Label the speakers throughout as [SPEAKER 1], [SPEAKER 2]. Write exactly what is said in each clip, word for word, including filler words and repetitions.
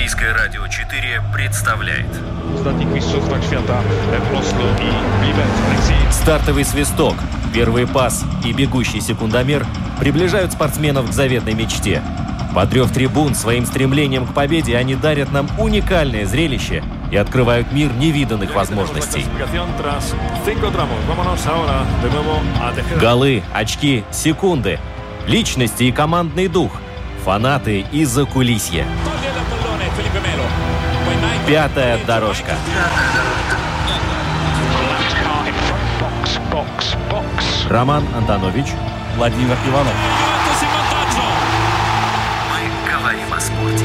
[SPEAKER 1] Латвийское радио четыре представляет. Стартовый свисток, первый пас и бегущий секундомер приближают спортсменов к заветной мечте. Под рев трибун своим стремлением к победе они дарят нам уникальное зрелище и открывают мир невиданных возможностей. Голы, очки, секунды, личности и командный дух, фанаты и закулисье. Пятая дорожка. Роман Антонович,
[SPEAKER 2] Владимир Иванов.
[SPEAKER 1] Мы говорим о спорте.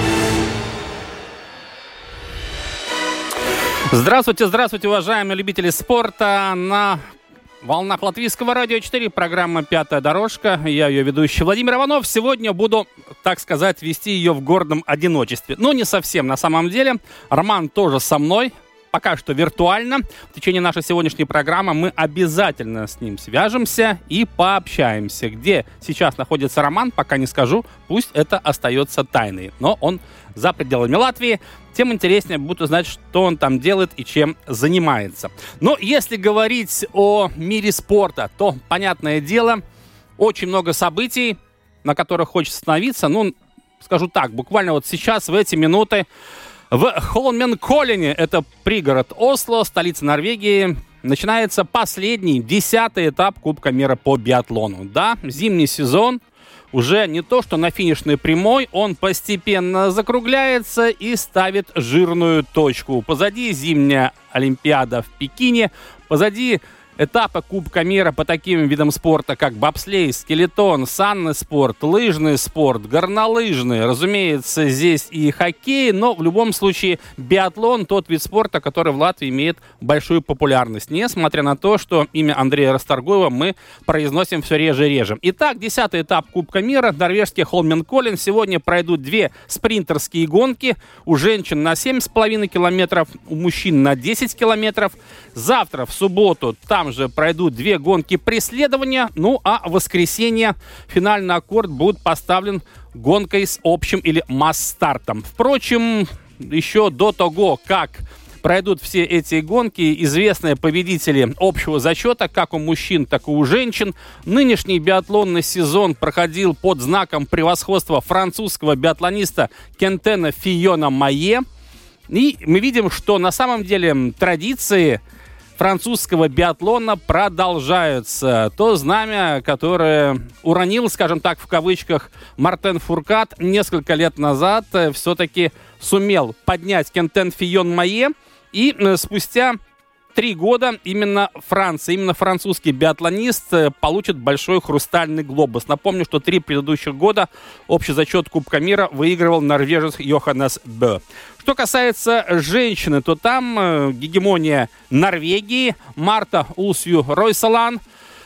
[SPEAKER 3] Здравствуйте, здравствуйте, уважаемые любители спорта. На волнах Латвийского радио четыре, программа «Пятая дорожка». Я ее ведущий Владимир Иванов. Сегодня буду, так сказать, вести ее в гордом одиночестве. Но не совсем на самом деле. Роман тоже со мной. Пока что виртуально. В течение нашей сегодняшней программы мы обязательно с ним свяжемся и пообщаемся. Где сейчас находится Роман, пока не скажу. Пусть это остается тайной. Но он за пределами Латвии. Тем интереснее будет узнать, что он там делает и чем занимается. Но если говорить о мире спорта, то, понятное дело, очень много событий, на которых хочется остановиться. Ну, скажу так, буквально вот сейчас, в эти минуты, в Холменколлене, это пригород Осло, столица Норвегии, начинается последний, десятый этап Кубка мира по биатлону. Да, зимний сезон уже не то, что на финишной прямой, он постепенно закругляется и ставит жирную точку. Позади зимняя Олимпиада в Пекине, позади этапы Кубка мира по таким видам спорта, как бобслей, скелетон, санный спорт, лыжный спорт, горнолыжный. Разумеется, здесь и хоккей, но в любом случае биатлон — тот вид спорта, который в Латвии имеет большую популярность, несмотря на то, что имя Андрея Расторгуева мы произносим все реже и реже. Итак, десятый этап Кубка мира, норвежский Холменколлен. Сегодня пройдут две спринтерские гонки. У женщин на семь с половиной километров, у мужчин на десять километров. Завтра, в субботу, там же пройдут две гонки преследования. Ну а в воскресенье финальный аккорд будет поставлен гонкой с общим или масс-стартом. Впрочем, еще до того, как пройдут все эти гонки, известные победители общего зачета, как у мужчин, так и у женщин. Нынешний биатлонный сезон проходил под знаком превосходства французского биатлониста Кентена Фийона-Майе. И мы видим, что на самом деле традиции французского биатлона продолжаются. То знамя, которое уронил, скажем так, в кавычках, Мартен Фуркат несколько лет назад, все-таки сумел поднять Кентен Фийон-Майе. И спустя три года именно Франция, именно французский биатлонист получит большой хрустальный глобус. Напомню, что три предыдущих года общий зачет Кубка мира выигрывал норвежец Йоханнес Бö. Что касается женщины, то там э, гегемония Норвегии. Марта Улсью-Ройсалан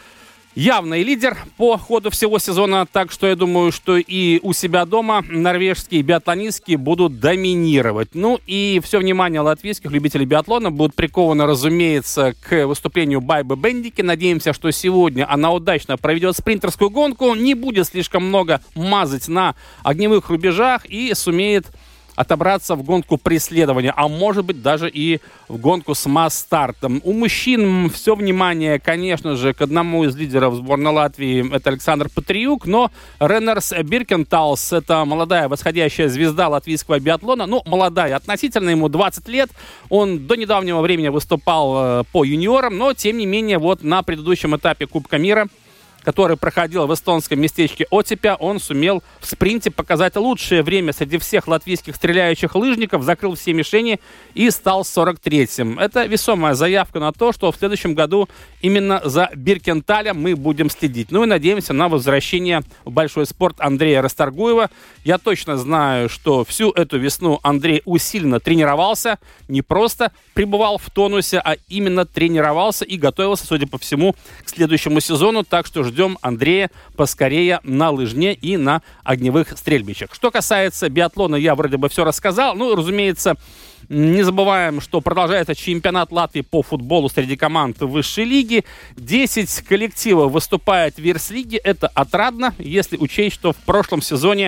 [SPEAKER 3] явный лидер по ходу всего сезона, так что я думаю, что и у себя дома норвежские биатлонистки будут доминировать. Ну и все внимание латвийских любителей биатлона будет приковано, разумеется, к выступлению Байбы Бендики. Надеемся, что сегодня она удачно проведет спринтерскую гонку, не будет слишком много мазать на огневых рубежах и сумеет отобраться в гонку преследования, а может быть даже и в гонку с масс-стартом. У мужчин все внимание, конечно же, к одному из лидеров сборной Латвии, это Александр Патриюк, но Реннерс Биркенталс, это молодая восходящая звезда латвийского биатлона, ну, молодая, относительно ему двадцать лет, он до недавнего времени выступал э, по юниорам, но, тем не менее, вот на предыдущем этапе Кубка мира, который проходил в эстонском местечке Отепя, он сумел в спринте показать лучшее время среди всех латвийских стреляющих лыжников, закрыл все мишени и стал сорок третьим. Это весомая заявка на то, что в следующем году именно за Биркенталем мы будем следить. Ну и надеемся на возвращение в большой спорт Андрея Расторгуева. Я точно знаю, что всю эту весну Андрей усиленно тренировался, не просто пребывал в тонусе, а именно тренировался и готовился, судя по всему, к следующему сезону. Так что ждем Андрея поскорее на лыжне и на огневых стрельбищах. Что касается биатлона, я вроде бы все рассказал. Ну, разумеется, не забываем, что продолжается чемпионат Латвии по футболу среди команд высшей лиги. десять коллективов выступает в Вирс-лиге. Это отрадно, если учесть, что в прошлом сезоне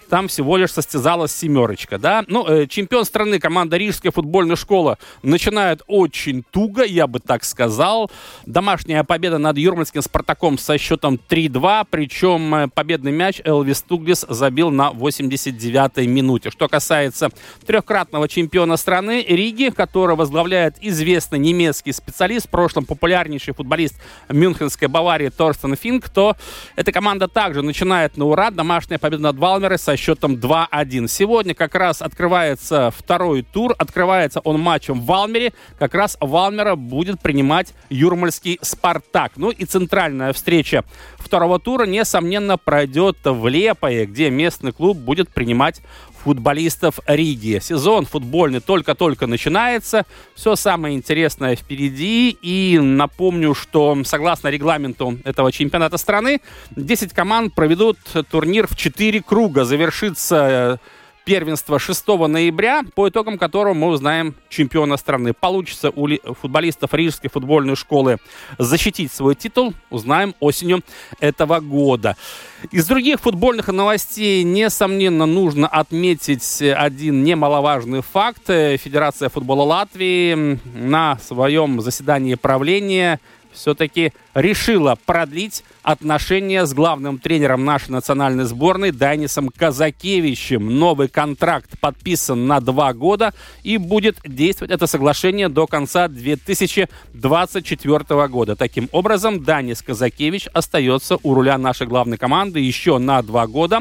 [SPEAKER 3] там всего лишь состязалась семерочка, да. Ну, э, чемпион страны, команда Рижская футбольная школа, начинает очень туго, я бы так сказал. Домашняя победа над юрмальским «Спартаком» со счетом три-два, причем э, победный мяч Элвис Туглис забил на восемьдесят девятой минуте. Что касается трехкратного чемпиона страны Риги, который возглавляет известный немецкий специалист, в прошлом популярнейший футболист мюнхенской Баварии Торстен Финк, то эта команда также начинает на ура. Домашняя победа над Валмерой со счетом два-один. Сегодня как раз открывается второй тур. Открывается он матчем в Валмере. Как раз Валмера будет принимать юрмальский «Спартак». Ну и центральная встреча второго тура, несомненно, пройдет в Лепое, где местный клуб будет принимать футболистов Риги. Сезон футбольный только-только начинается. Все самое интересное впереди. И напомню, что согласно регламенту этого чемпионата страны, десять команд проведут турнир в четыре круга. Завершится первенство шестого ноября, по итогам которого мы узнаем чемпиона страны. Получится у футболистов Рижской футбольной школы защитить свой титул, узнаем осенью этого года. Из других футбольных новостей, несомненно, нужно отметить один немаловажный факт. Федерация футбола Латвии на своем заседании правления все-таки решила продлить отношения с главным тренером нашей национальной сборной Данисом Казакевичем. Новый контракт подписан на два года и будет действовать это соглашение до конца две тысячи двадцать четвёртого года. Таким образом, Данис Казакевич остается у руля нашей главной команды еще на два года.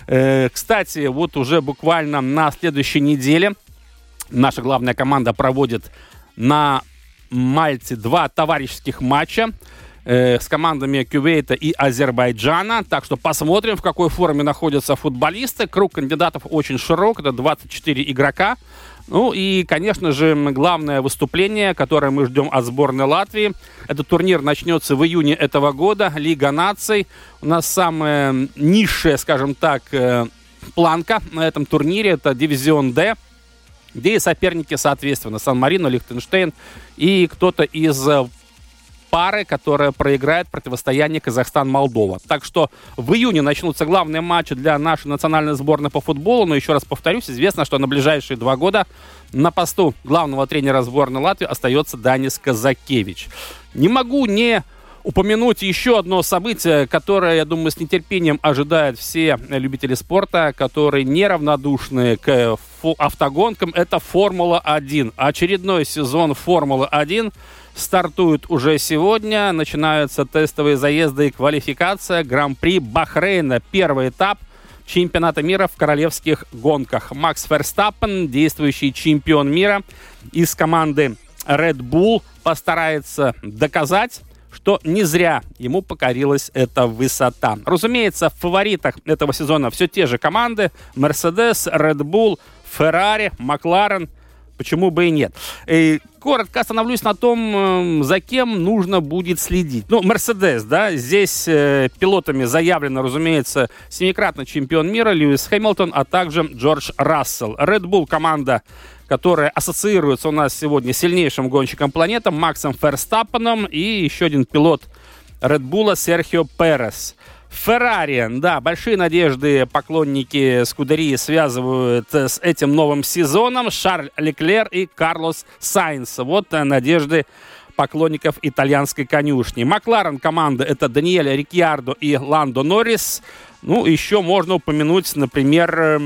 [SPEAKER 3] Э, кстати, вот уже буквально на следующей неделе наша главная команда проводит на Мальте два товарищеских матча э, с командами Кувейта и Азербайджана. Так что посмотрим, в какой форме находятся футболисты. Круг кандидатов очень широк, это двадцать четыре игрока. Ну и, конечно же, главное выступление, которое мы ждем от сборной Латвии. Этот турнир начнется в июне этого года. Лига наций. У нас самая низшая, скажем так, э, планка на этом турнире. Это дивизион Д, где и соперники, соответственно, Сан-Марино, Лихтенштейн и кто-то из пары, которая проиграет противостояние Казахстан-Молдова. Так что в июне начнутся главные матчи для нашей национальной сборной по футболу. Но еще раз повторюсь, известно, что на ближайшие два года на посту главного тренера сборной Латвии остается Данис Казакевич. Не могу не упомянуть еще одно событие, которое, я думаю, с нетерпением ожидают все любители спорта, которые неравнодушны к автогонкам. Это Формула один. Очередной сезон Формулы один стартует уже сегодня. Начинаются тестовые заезды и квалификация. Гран-при Бахрейна. Первый этап чемпионата мира в королевских гонках. Макс Ферстаппен, действующий чемпион мира из команды Red Bull, постарается доказать, что не зря ему покорилась эта высота. Разумеется, в фаворитах этого сезона все те же команды: Mercedes, Red Bull, Ferrari, McLaren. Почему бы и нет? И коротко остановлюсь на том, за кем нужно будет следить. Ну, Mercedes, да, здесь э, пилотами заявлено, разумеется, семикратный чемпион мира Льюис Хэмилтон, а также Джордж Рассел. Red Bull — команда, которая ассоциируется у нас сегодня с сильнейшим гонщиком планеты Максом Ферстаппеном, и еще один пилот Red Bull Серхио Перес. Феррари, да, большие надежды поклонники Скудерии связывают с этим новым сезоном. Шарль Леклер и Карлос Сайнс. Вот надежды поклонников итальянской конюшни. Макларен — команда — это Даниэль Рикьярдо и Ландо Норрис. Ну, еще можно упомянуть, например,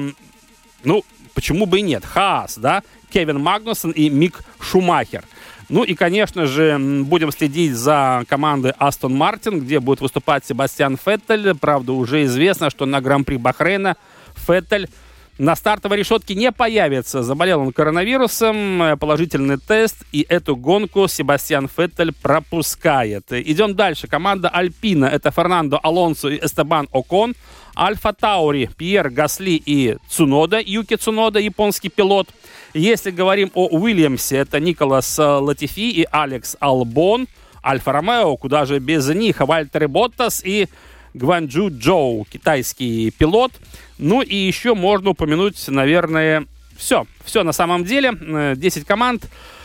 [SPEAKER 3] ну, почему бы и нет, Хаас, да, Кевин Магнусон и Мик Шумахер. Ну и, конечно же, будем следить за командой Астон Мартин, где будет выступать Себастьян Феттель. Правда, уже известно, что на Гран-при Бахрейна Феттель на стартовой решетке не появится. Заболел он коронавирусом, положительный тест, и эту гонку Себастьян Феттель пропускает. Идем дальше. Команда Альпина — это Фернандо Алонсо и Эстебан Окон. Альфа Таури — Пьер Гасли и Цунода, Юки Цунода, японский пилот. Если говорим о Уильямсе, это Николас Латифи и Алекс Албон. Альфа Ромео, куда же без них, Вальтер Боттас и Гванчжу Джоу, китайский пилот. Ну и еще можно упомянуть, наверное, все. Все на самом деле. десять команд.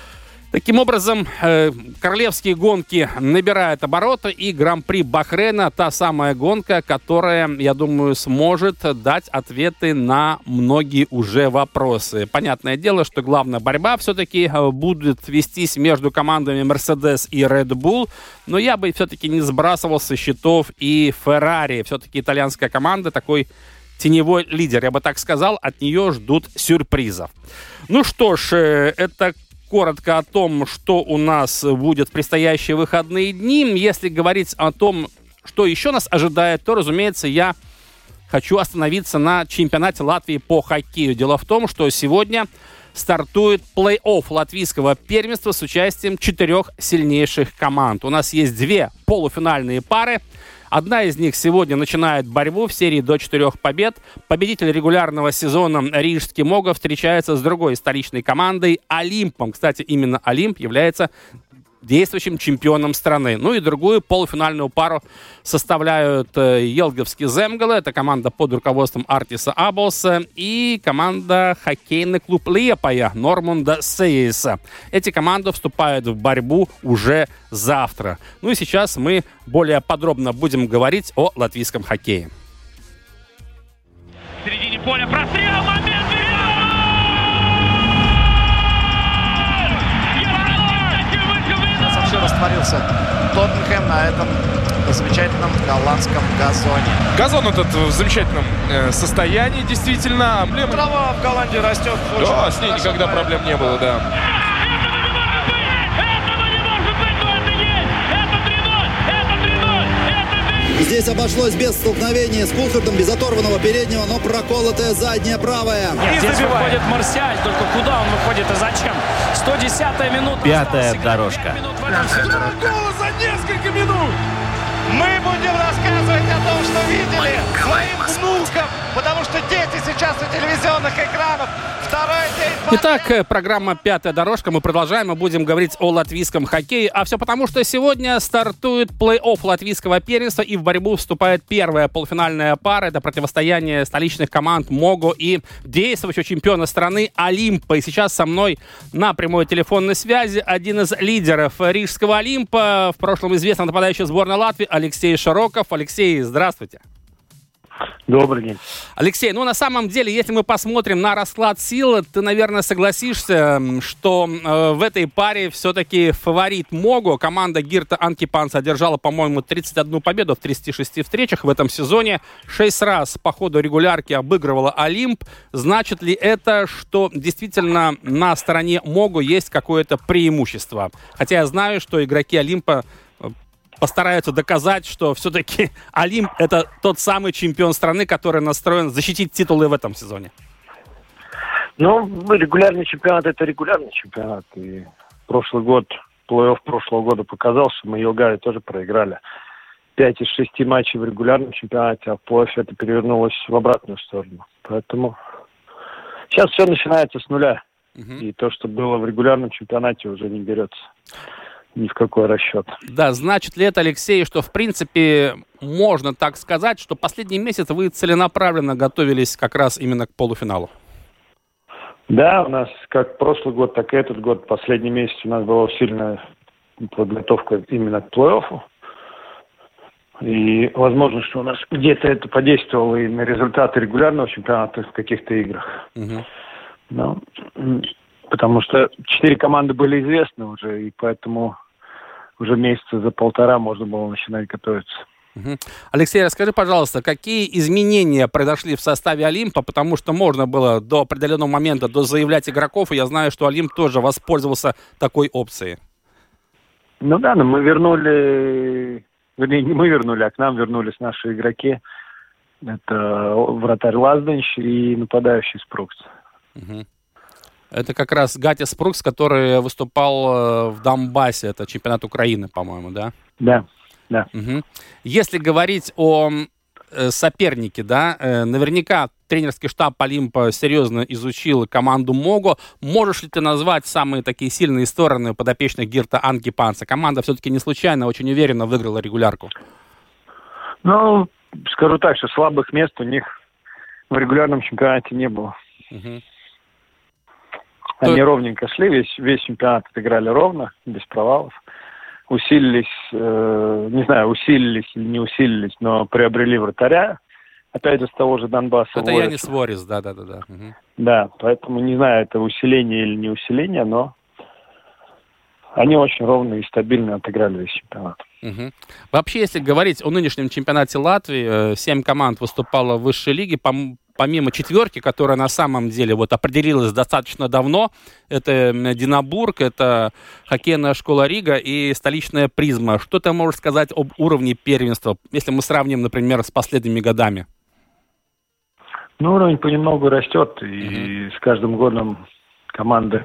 [SPEAKER 3] Таким образом, э, королевские гонки набирают обороты, и Гран-при Бахрейна — та самая гонка, которая, я думаю, сможет дать ответы на многие уже вопросы. Понятное дело, что главная борьба все-таки будет вестись между командами Mercedes и Red Bull, но я бы все-таки не сбрасывал со счетов и Ferrari. Все-таки итальянская команда такой теневой лидер, я бы так сказал, от нее ждут сюрпризов. Ну что ж, э, это коротко о том, что у нас будет в предстоящие выходные дни. Если говорить о том, что еще нас ожидает, то, разумеется, я хочу остановиться на чемпионате Латвии по хоккею. Дело в том, что сегодня стартует плей-офф латвийского первенства с участием четырех сильнейших команд. У нас есть две полуфинальные пары. Одна из них сегодня начинает борьбу в серии до четырех побед. Победитель регулярного сезона Рижский Мого встречается с другой столичной командой Олимпом. Кстати, именно Олимп является действующим чемпионом страны. Ну и другую полуфинальную пару составляют Елговский Земгалы. Это команда под руководством Артиса Аблса и команда хоккейный клуб Лиепая Нормунда Сейса. Эти команды вступают в борьбу уже завтра. Ну и сейчас мы более подробно будем говорить о латвийском хоккее.
[SPEAKER 2] В середине поля прострел, момент!
[SPEAKER 4] Растворился Тоттенхэм на этом замечательном голландском газоне.
[SPEAKER 5] Газон этот в замечательном э, состоянии, действительно. Эмблема...
[SPEAKER 4] Трава в Голландии растет.
[SPEAKER 5] Да, с ней никогда знаю. проблем не было, да.
[SPEAKER 6] Здесь обошлось без столкновения с Кулхардом, без оторванного переднего, но проколотая задняя правая.
[SPEAKER 2] Нет, здесь выходит Марсиаль, только куда он выходит и зачем? сто десятая минута.
[SPEAKER 1] Пятая дорожка.
[SPEAKER 4] Два гола за несколько минут! Мы будем рассказывать о том, что видели своим внукам, потому что дети сейчас у телевизионных экранов. Второй день.
[SPEAKER 3] Итак, программа «Пятая дорожка». Мы продолжаем и будем говорить о латвийском хоккее. А все потому, что сегодня стартует плей-офф латвийского первенства, и в борьбу вступает первая полуфинальная пара. Это противостояние столичных команд Мого и действующего чемпиона страны Олимпа. И сейчас со мной на прямой телефонной связи один из лидеров Рижского Олимпа, в прошлом известный нападающий сборной Латвии Алексей Широков. Алексей, здравствуйте.
[SPEAKER 7] Добрый день.
[SPEAKER 3] Алексей, ну на самом деле, если мы посмотрим на расклад сил, ты, наверное, согласишься, что э, в этой паре все-таки фаворит Мого. Команда Гирта Анкипанса одержала, по-моему, тридцать одну победу в тридцати шести встречах в этом сезоне. Шесть раз по ходу регулярки обыгрывала Олимп. Значит ли это, что действительно на стороне Мого есть какое-то преимущество? Хотя я знаю, что игроки Олимпа постараются доказать, что все-таки Олимп — это тот самый чемпион страны, который настроен защитить титулы в этом сезоне.
[SPEAKER 7] Ну, регулярный чемпионат — это регулярный чемпионат. И прошлый год, плей-офф прошлого года показал, что мы Елгаве тоже проиграли. Пять из шести матчей в регулярном чемпионате, а в плей-оффе это перевернулось в обратную сторону. Поэтому сейчас все начинается с нуля. Угу. И то, что было в регулярном чемпионате, уже не берется ни в какой расчет.
[SPEAKER 3] Да, значит ли это, Алексей, что, в принципе, можно так сказать, что последний месяц вы целенаправленно готовились как раз именно к полуфиналу?
[SPEAKER 7] Да, у нас как прошлый год, так и этот год, последний месяц у нас была сильная подготовка именно к плей-оффу. И возможно, что у нас где-то это подействовало и на результаты регулярного чемпионата в каких-то играх. Угу. Но, потому что четыре команды были известны уже, и поэтому уже месяца за полтора можно было начинать готовиться.
[SPEAKER 3] Угу. Алексей, расскажи, пожалуйста, какие изменения произошли в составе Олимпа, потому что можно было до определенного момента дозаявлять игроков, и я знаю, что Олимп тоже воспользовался такой опцией.
[SPEAKER 7] Ну да, но мы вернули, вернее, не мы вернули, а к нам вернулись наши игроки. Это вратарь Лазденч и нападающий Спрукс.
[SPEAKER 3] Угу. Это как раз Гатя Спрукс, который выступал в Донбассе, это чемпионат Украины, по-моему, да?
[SPEAKER 7] Да. Да.
[SPEAKER 3] Угу. Если говорить о э, сопернике, да, э, наверняка тренерский штаб Олимпа серьезно изучил команду Мого. Можешь ли ты назвать самые такие сильные стороны подопечных Гирта Анкипанса? Команда все-таки не случайно, очень уверенно выиграла регулярку.
[SPEAKER 7] Ну, скажу так, что слабых мест у них в регулярном чемпионате не было.
[SPEAKER 3] Угу.
[SPEAKER 7] Они
[SPEAKER 3] То...
[SPEAKER 7] ровненько шли, весь, весь чемпионат отыграли ровно, без провалов. Усилились, э, не знаю, усилились или не усилились, но приобрели вратаря. Опять же, с того же Донбасса.
[SPEAKER 3] Это Янис Ворис, да-да-да. Угу.
[SPEAKER 7] Да, поэтому не знаю, это усиление или не усиление, но они очень ровно и стабильно отыграли весь чемпионат.
[SPEAKER 3] Угу. Вообще, если говорить о нынешнем чемпионате Латвии, семь команд выступало в высшей лиге, помимо четверки, которая на самом деле вот определилась достаточно давно. Это Динабург, это хоккейная школа Рига и столичная Призма. Что ты можешь сказать об уровне первенства, если мы сравним, например, с последними годами?
[SPEAKER 7] Ну, уровень понемногу растет, и mm-hmm. с каждым годом команды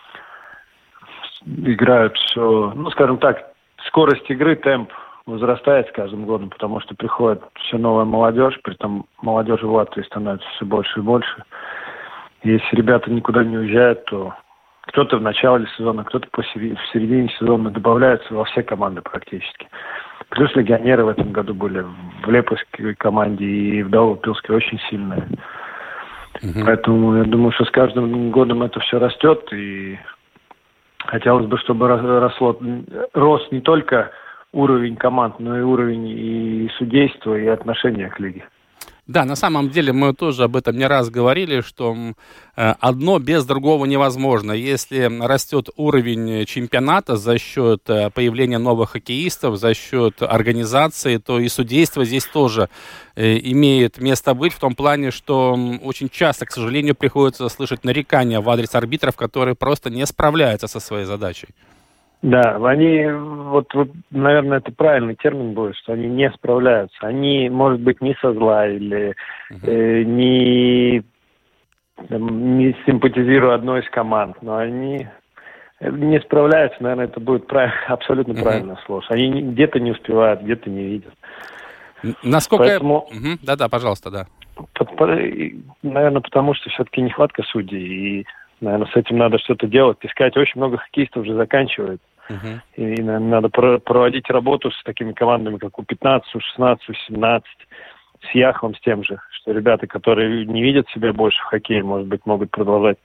[SPEAKER 7] играют все, ну, скажем так, скорость игры, темп возрастает с каждым годом, потому что приходит все новая молодежь, при этом молодежи в Латвии становится все больше и больше. И если ребята никуда не уезжают, то кто-то в начале сезона, кто-то в середине сезона добавляется во все команды практически. Плюс легионеры в этом году были в Леповской команде и в Даугавпилской очень сильные. Uh-huh. Поэтому я думаю, что с каждым годом это все растет. И хотелось бы, чтобы росло, рос не только уровень команд, но и уровень и судейства, и отношения к лиге.
[SPEAKER 3] Да, на самом деле мы тоже об этом не раз говорили, что э, одно без другого невозможно. Если растет уровень чемпионата за счет э, появления новых хоккеистов, за счет организации, то и судейство здесь тоже э, имеет место быть в том плане, что очень часто, к сожалению, приходится слышать нарекания в адрес арбитров, которые просто не справляются со своей задачей.
[SPEAKER 7] Да, они, вот, вот, наверное, это правильный термин будет, что они не справляются. Они, может быть, не со зла или uh-huh. э, не, там, не симпатизируют одной из команд, но они не справляются, наверное, это будет прав... абсолютно uh-huh. правильное слово. Они где-то не успевают, где-то не видят.
[SPEAKER 3] Насколько...
[SPEAKER 7] Поэтому...
[SPEAKER 3] Uh-huh. Да-да, пожалуйста, да.
[SPEAKER 7] Наверное, потому что все-таки нехватка судей, и, наверное, с этим надо что-то делать, искать. Очень много хоккеистов уже заканчивают. Uh-huh. И, наверное, надо про- проводить работу с такими командами, как у пятнадцать, у шестнадцать, у семнадцать, с Яхом, с тем же, что ребята, которые не видят себя больше в хоккее, может быть, могут продолжать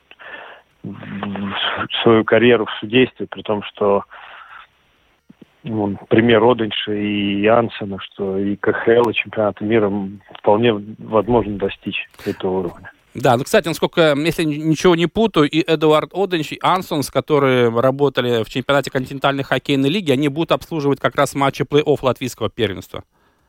[SPEAKER 7] свою карьеру в судействе, при том, что ну, пример Оденьша и Янсена, что и ка ха эл, и чемпионата мира вполне возможно достичь этого уровня.
[SPEAKER 3] Да, ну, кстати, насколько, если ничего не путаю, и Эдуард Оденьш, и Ансонс, которые работали в чемпионате континентальной хоккейной лиги, они будут обслуживать как раз матчи плей-офф латвийского первенства.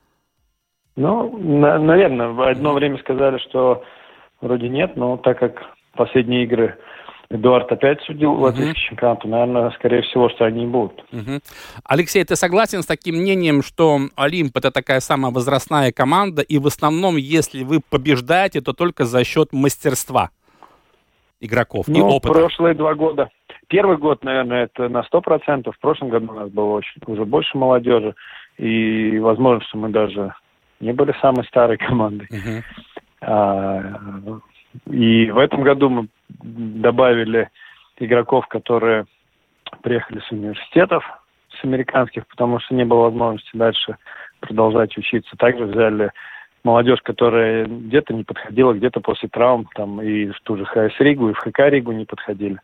[SPEAKER 7] Ну, на- наверное, в одно время сказали, что вроде нет, но так как последние игры Эдуард опять судил uh-huh. латвийский чемпионат, наверное, скорее всего, что они и будут.
[SPEAKER 3] Uh-huh. Алексей, ты согласен с таким мнением, что Олимп — это такая самая возрастная команда, и в основном, если вы побеждаете, то только за счет мастерства игроков
[SPEAKER 7] ну,
[SPEAKER 3] и опыта?
[SPEAKER 7] Прошлые два года. Первый год, наверное, это на сто процентов. В прошлом году у нас было очень, уже больше молодежи, и возможно, что мы даже не были самой старой командой. Uh-huh. А, и в этом году мы добавили игроков, которые приехали с университетов, с американских, потому что не было возможности дальше продолжать учиться. Также взяли молодежь, которая где-то не подходила, где-то после травм, там и в ту же ха эс Ригу, и в ха ка Ригу не подходили.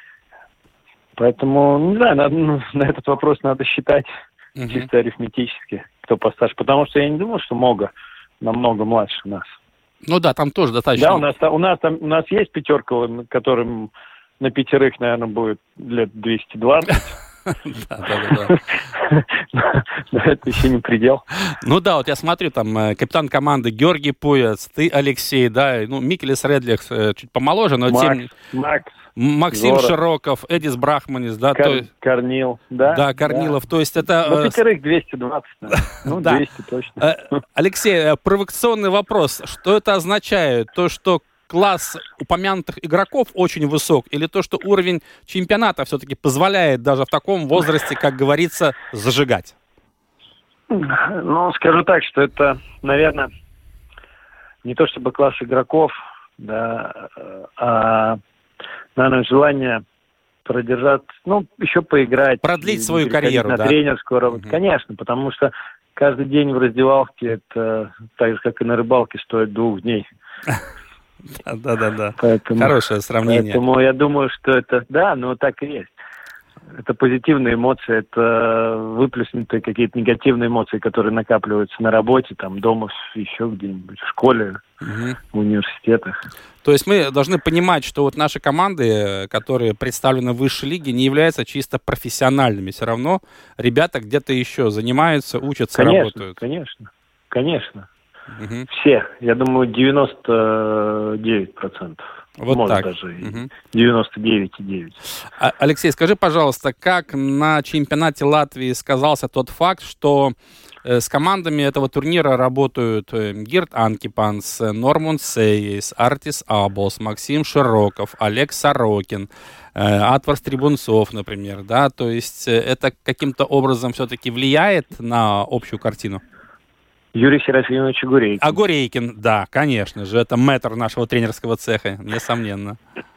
[SPEAKER 7] Поэтому, не знаю, надо, ну, на этот вопрос надо считать uh-huh. чисто арифметически, кто постарше. Потому что я не думаю, что Мога намного младше нас.
[SPEAKER 3] Ну да, там тоже достаточно...
[SPEAKER 7] Да, у нас, у нас, там, у нас есть пятерка, которым на пятерых, наверное, будет лет двести двадцать.
[SPEAKER 3] Да, да, да.
[SPEAKER 7] Но это еще не предел.
[SPEAKER 3] Ну да, вот я смотрю, там капитан команды Георгий Пуяц, ты, Алексей, да, ну, Микелис Редлих чуть помоложе, но тем...
[SPEAKER 7] Макс,
[SPEAKER 3] Максим Зора. Широков, Эдис Брахманис, да,
[SPEAKER 7] Кор...
[SPEAKER 3] то...
[SPEAKER 7] Корнил, да.
[SPEAKER 3] Да, Корнилов, да. То есть это...
[SPEAKER 7] Ну, пятерых двести двадцать, ну,
[SPEAKER 3] да.
[SPEAKER 7] двести точно.
[SPEAKER 3] Алексей, провокационный вопрос. Что это означает? То, что класс упомянутых игроков очень высок, или то, что уровень чемпионата все-таки позволяет даже в таком возрасте, как говорится, зажигать?
[SPEAKER 7] Ну, скажу так, что это, наверное, не то чтобы класс игроков, да, а, наверное, желание продержать, ну, еще поиграть.
[SPEAKER 3] Продлить свою карьеру,
[SPEAKER 7] на
[SPEAKER 3] да?
[SPEAKER 7] тренерскую работу. Угу. Конечно, потому что каждый день в раздевалке, это так же, как и на рыбалке, стоит двух дней.
[SPEAKER 3] Да-да-да.
[SPEAKER 7] Поэтому,
[SPEAKER 3] Хорошее сравнение.
[SPEAKER 7] Поэтому я думаю, что это... Да, ну так и есть. Это позитивные эмоции, это выплеснутые какие-то негативные эмоции, которые накапливаются на работе, там, дома, еще где-нибудь, в школе, угу. в университетах.
[SPEAKER 3] То есть мы должны понимать, что вот наши команды, которые представлены в высшей лиге, не являются чисто профессиональными. Все равно ребята где-то еще занимаются, учатся,
[SPEAKER 7] конечно,
[SPEAKER 3] работают.
[SPEAKER 7] Конечно, конечно.
[SPEAKER 3] Угу.
[SPEAKER 7] Все. Я думаю, девяносто девять процентов.
[SPEAKER 3] Вот
[SPEAKER 7] Может,
[SPEAKER 3] так.
[SPEAKER 7] даже
[SPEAKER 3] угу.
[SPEAKER 7] девяносто девять целых девять десятых.
[SPEAKER 3] А, Алексей, скажи, пожалуйста, как на чемпионате Латвии сказался тот факт, что э, с командами этого турнира работают э, Гирт Анкипанс, Нормунд Сейес, Артис Аболс, Максим Широков, Олег Сорокин, э, Атварс Трибунцов, например, да? То есть э, это каким-то образом все-таки влияет на общую картину?
[SPEAKER 7] Юрий Серафимович Гурейкин.
[SPEAKER 3] А Гурейкин, да, конечно же, это мэтр нашего тренерского цеха, несомненно.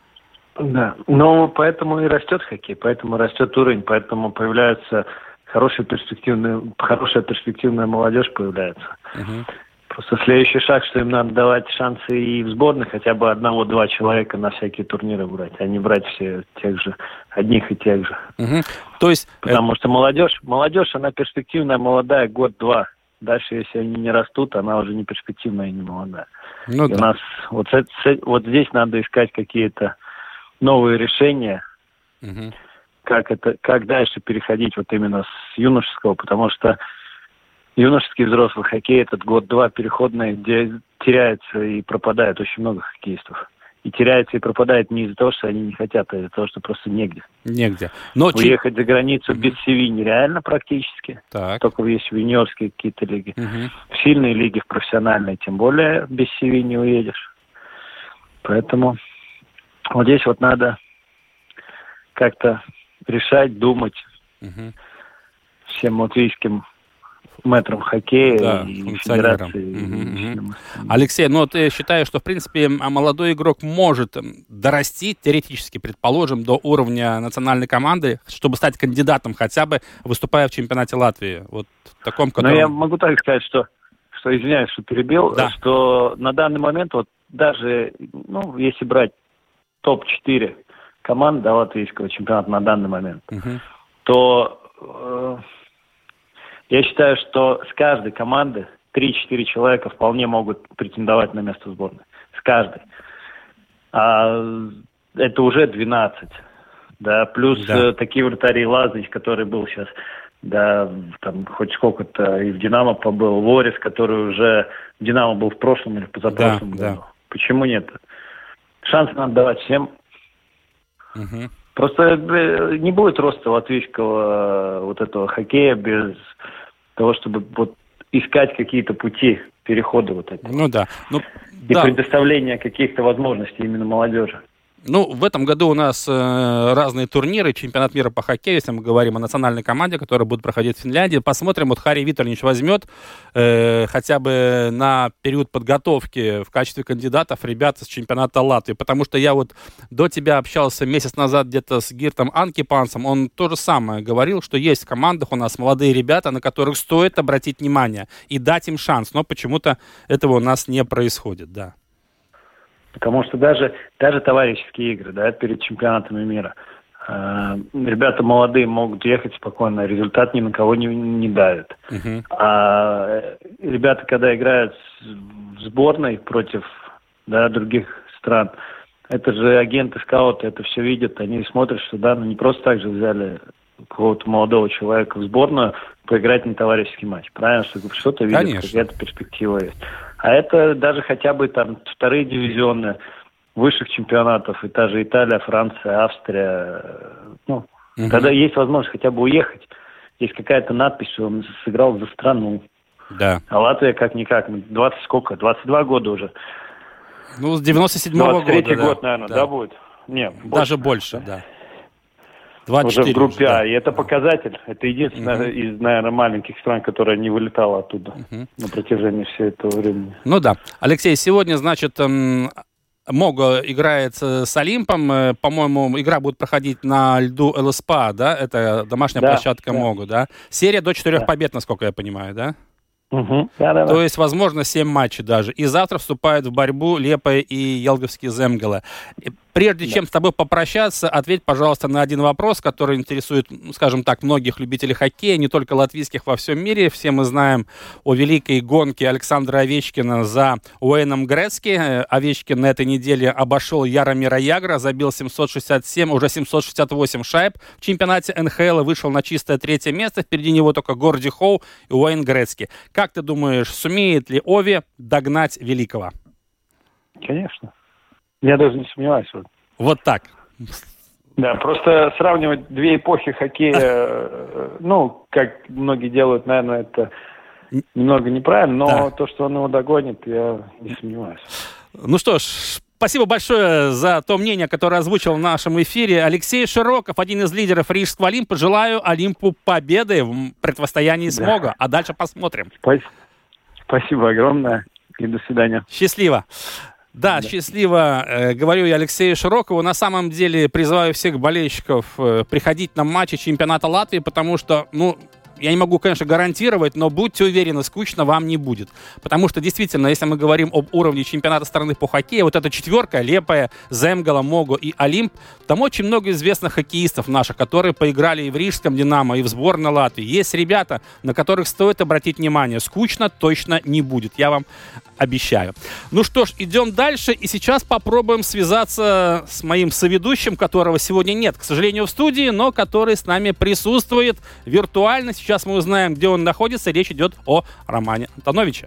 [SPEAKER 7] Да, но поэтому и растет хоккей, поэтому растет уровень, поэтому появляется хорошая перспективная, хорошая перспективная молодежь появляется. Угу. Просто следующий шаг, что им надо давать шансы и в сборной хотя бы одного-два человека на всякие турниры брать, а не брать все тех же, одних и тех же.
[SPEAKER 3] Угу. То есть...
[SPEAKER 7] Потому что молодежь, молодежь, она перспективная, молодая, год-два. Дальше, если они не растут, она уже не перспективная и не молодая. Ну, да. У нас вот, вот здесь надо искать какие-то новые решения, угу. как, это, как дальше переходить вот именно с юношеского, потому что юношеский взрослый хоккей этот год-два переходный, где теряется и пропадает очень много хоккеистов. И теряется и пропадает не из-за того, что они не хотят, а из-за того, что просто негде.
[SPEAKER 3] Негде. Но
[SPEAKER 7] уехать за границу mm-hmm. без си ви нереально практически.
[SPEAKER 3] Так.
[SPEAKER 7] Только есть в юниорские какие-то лиги.
[SPEAKER 3] Mm-hmm.
[SPEAKER 7] В сильные лиги, в профессиональные, тем более без си ви не уедешь. Поэтому вот здесь вот надо как-то решать, думать mm-hmm. всем латвийским мэтром хоккея
[SPEAKER 3] да,
[SPEAKER 7] и федерации.
[SPEAKER 3] Угу, угу. Алексей, ну ты считаешь, что в принципе молодой игрок может дорасти теоретически, предположим, до уровня национальной команды, чтобы стать кандидатом хотя бы, выступая в чемпионате Латвии? Вот в таком, котором...
[SPEAKER 7] Ну я могу так сказать, что, что извиняюсь, что перебил,
[SPEAKER 3] да.
[SPEAKER 7] что на данный момент вот даже, ну, если брать топ четыре команд да, латвийского чемпионата на данный момент, угу. то... Э, Я считаю, что с каждой команды три-четыре человека вполне могут претендовать на место в сборной. С каждой. А это уже двенадцать. Да, плюс да. э, такие вратари Лазарь, который был сейчас, да, там хоть сколько-то и в «Динамо» побыл. Ворис, который уже в «Динамо» был в прошлом или в позапрошлом
[SPEAKER 3] да,
[SPEAKER 7] году.
[SPEAKER 3] Да.
[SPEAKER 7] Почему нет? Шанс надо давать всем.
[SPEAKER 3] Угу.
[SPEAKER 7] Просто не будет роста латвийского вот этого хоккея без того, чтобы вот искать какие-то пути перехода вот этого.
[SPEAKER 3] Ну да. Ну,
[SPEAKER 7] и
[SPEAKER 3] да.
[SPEAKER 7] предоставления каких-то возможностей именно молодежи.
[SPEAKER 3] Ну, в этом году у нас э, разные турниры, чемпионат мира по хоккею, если мы говорим о национальной команде, которая будет проходить в Финляндии. Посмотрим, вот Харри Витальевич возьмет э, хотя бы на период подготовки в качестве кандидатов ребят с чемпионата Латвии. Потому что я вот до тебя общался месяц назад где-то с Гиртом Анкипансом, он то же самое говорил, что есть в командах у нас молодые ребята, на которых стоит обратить внимание и дать им шанс, но почему-то этого у нас не происходит, да.
[SPEAKER 7] Потому что даже, даже товарищеские игры, да, перед чемпионатами мира, э, ребята молодые могут ехать спокойно, результат ни на кого не, не давит. Uh-huh. А ребята, когда играют в сборной против да, других стран, это же агенты, скауты, это все видят, они смотрят, что да, ну не просто так же взяли какого-то молодого человека в сборную поиграть на товарищеский матч. Правильно, что что-то видят, какая-то перспектива есть. А это даже хотя бы там вторые дивизионы высших чемпионатов, и та же Италия, Франция, Австрия. Ну, угу. Когда есть возможность хотя бы уехать, есть какая-то надпись, что он сыграл за страну.
[SPEAKER 3] Да.
[SPEAKER 7] А Латвия как-никак, двадцать сколько, двадцать два года уже.
[SPEAKER 3] Ну, с девяносто седьмого года.
[SPEAKER 7] двадцать третий
[SPEAKER 3] да.
[SPEAKER 7] год, наверное, да, да будет? Нет,
[SPEAKER 3] даже больше, больше да. двадцать четыре
[SPEAKER 7] уже в группе
[SPEAKER 3] уже,
[SPEAKER 7] А,
[SPEAKER 3] да.
[SPEAKER 7] и это показатель. Это единственная uh-huh. из, наверное, маленьких стран, которая не вылетала оттуда uh-huh. на протяжении всего этого времени.
[SPEAKER 3] Ну да. Алексей, сегодня, значит, эм, Мого играет с Олимпом. Э, по-моему, игра будет проходить на льду ЛСПА, да? Это домашняя да, площадка да. Мого, да? Серия до четырех да. побед, насколько я понимаю, да?
[SPEAKER 7] Угу. Да, да,
[SPEAKER 3] То
[SPEAKER 7] да.
[SPEAKER 3] есть, возможно, семь матчей даже. И завтра вступают в борьбу Лепая и Елговский Земгала. Прежде да. чем с тобой попрощаться, ответь, пожалуйста, на один вопрос, который интересует, скажем так, многих любителей хоккея, не только латвийских, во всем мире. Все мы знаем о великой гонке Александра Овечкина за Уэйном Грецки. Овечкин на этой неделе обошел Яромира Ягра, забил семьсот шестьдесят семь, уже семьсот шестьдесят восемь шайб в чемпионате эн ха эл и вышел на чистое третье место. Впереди него только Горди Хоу и Уэйн Грецки. Как ты думаешь, сумеет ли Ови догнать великого?
[SPEAKER 7] Конечно. Я даже не сомневаюсь.
[SPEAKER 3] Вот так.
[SPEAKER 7] Да, просто сравнивать две эпохи хоккея, ну, как многие делают, наверное, это немного неправильно, но
[SPEAKER 3] да.
[SPEAKER 7] то, что он его догонит, я не сомневаюсь.
[SPEAKER 3] Ну что ж, спасибо большое за то мнение, которое озвучил в нашем эфире Алексей Широков, один из лидеров Рижского Олимпа. Желаю Олимпу победы в противостоянии с
[SPEAKER 7] Да.
[SPEAKER 3] Мого, а дальше посмотрим.
[SPEAKER 7] Спасибо огромное и до свидания.
[SPEAKER 3] Счастливо. Да,
[SPEAKER 7] Да.
[SPEAKER 3] счастливо, э, говорю я Алексею Широкову. На самом деле призываю всех болельщиков э, приходить на матчи чемпионата Латвии, потому что, ну, я не могу, конечно, гарантировать, но будьте уверены, скучно вам не будет. Потому что, действительно, если мы говорим об уровне чемпионата страны по хоккею, вот эта четверка, Лепая, Земгала, Мого и Олимп, там очень много известных хоккеистов наших, которые поиграли и в Рижском Динамо, и в сборной Латвии. Есть ребята, на которых стоит обратить внимание. Скучно точно не будет, я вам обещаю. Ну что ж, идем дальше, и сейчас попробуем связаться с моим соведущим, которого сегодня нет, к сожалению, в студии, но который с нами присутствует виртуально. Сейчас мы узнаем, где он находится. Речь идет о Романе Антоновиче.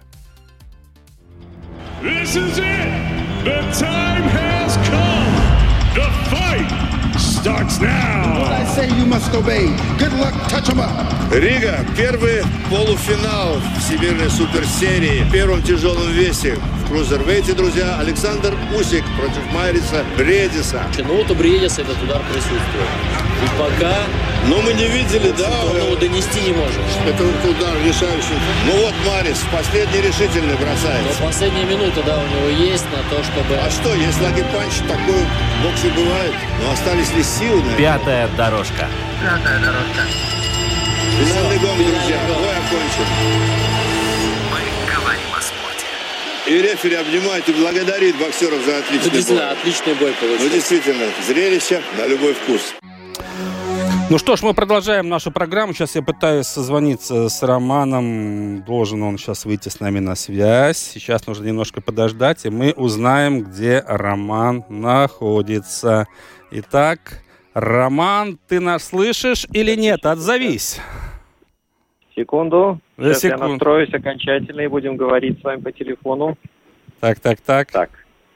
[SPEAKER 8] This is it. The time has come. The fight starts now.
[SPEAKER 9] What I say you must obey. Good luck, touch 'em up.
[SPEAKER 10] Рига. Первый полуфинал Всемирной суперсерии в первом тяжелом весе. В крузервейте, друзья, Александр Усик против Майриса Бредиса.
[SPEAKER 11] Ну вот у Бредиса этот удар присутствует. И пока...
[SPEAKER 10] Но мы не видели, да?
[SPEAKER 11] Он его донести не может.
[SPEAKER 10] Это удар решающий. Ну вот Марис, последний решительный бросается.
[SPEAKER 11] Но последняя минута, да, у него есть на то, чтобы...
[SPEAKER 10] А что, если лаги-панч, такое в боксе бывает? Но остались ли силы? Наверное?
[SPEAKER 1] Пятая дорожка.
[SPEAKER 10] Пятая дорожка. Финальный гонг, друзья. Бой окончен.
[SPEAKER 12] Мы говорим о спорте.
[SPEAKER 10] И рефери обнимает и благодарит боксеров за отличный
[SPEAKER 11] ну, действительно,
[SPEAKER 10] бой.
[SPEAKER 11] отличный бой получился.
[SPEAKER 10] Ну, действительно, зрелище на любой вкус.
[SPEAKER 3] Ну что ж, мы продолжаем нашу программу. Сейчас я пытаюсь созвониться с Романом. Должен он сейчас выйти с нами на связь. Сейчас нужно немножко подождать, и мы узнаем, где Роман находится. Итак, Роман, ты нас слышишь или нет? Отзовись.
[SPEAKER 7] Секунду. Сейчас
[SPEAKER 3] Секунд.
[SPEAKER 7] я настроюсь окончательно и будем говорить с вами по телефону.
[SPEAKER 3] Так, так, так.
[SPEAKER 7] Так.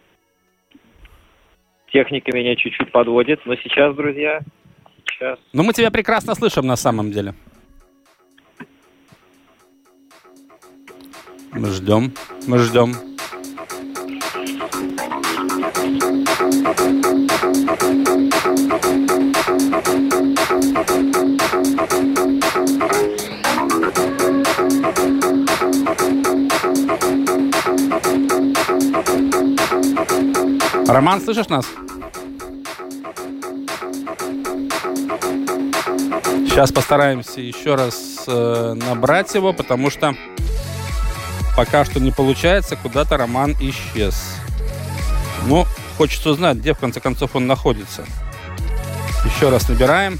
[SPEAKER 7] Техника меня чуть-чуть подводит, но сейчас, друзья, сейчас...
[SPEAKER 3] Ну, мы тебя прекрасно слышим на самом деле. Мы ждем, мы ждем. Роман, слышишь нас? Сейчас постараемся еще раз э, набрать его, потому что пока что не получается, куда-то Роман исчез. Ну, хочется узнать, где в конце концов он находится. Еще раз набираем.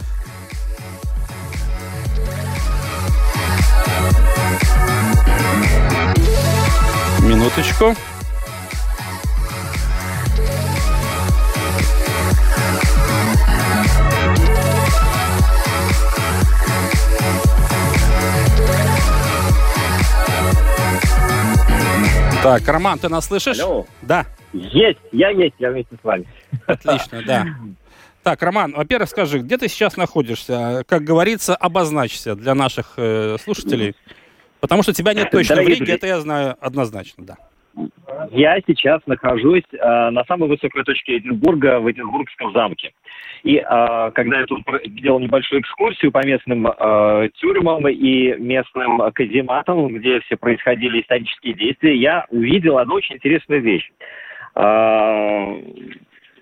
[SPEAKER 3] Минуточку. Так, Роман, ты нас слышишь?
[SPEAKER 7] Алло.
[SPEAKER 3] Да.
[SPEAKER 7] Есть, я есть, я вместе с вами.
[SPEAKER 3] Отлично, да. Так, Роман, во-первых, скажи, где ты сейчас находишься? Как говорится, обозначься для наших э, слушателей. Потому что тебя нет точно
[SPEAKER 7] Дорогие
[SPEAKER 3] в Риге,
[SPEAKER 7] друзья.
[SPEAKER 3] это я знаю однозначно, да.
[SPEAKER 7] Я сейчас нахожусь э, на самой высокой точке Эдинбурга, в Эдинбургском замке. И э, когда я тут делал небольшую экскурсию по местным э, тюрьмам и местным казематам, где все происходили исторические действия, я увидел одну очень интересную вещь. Э,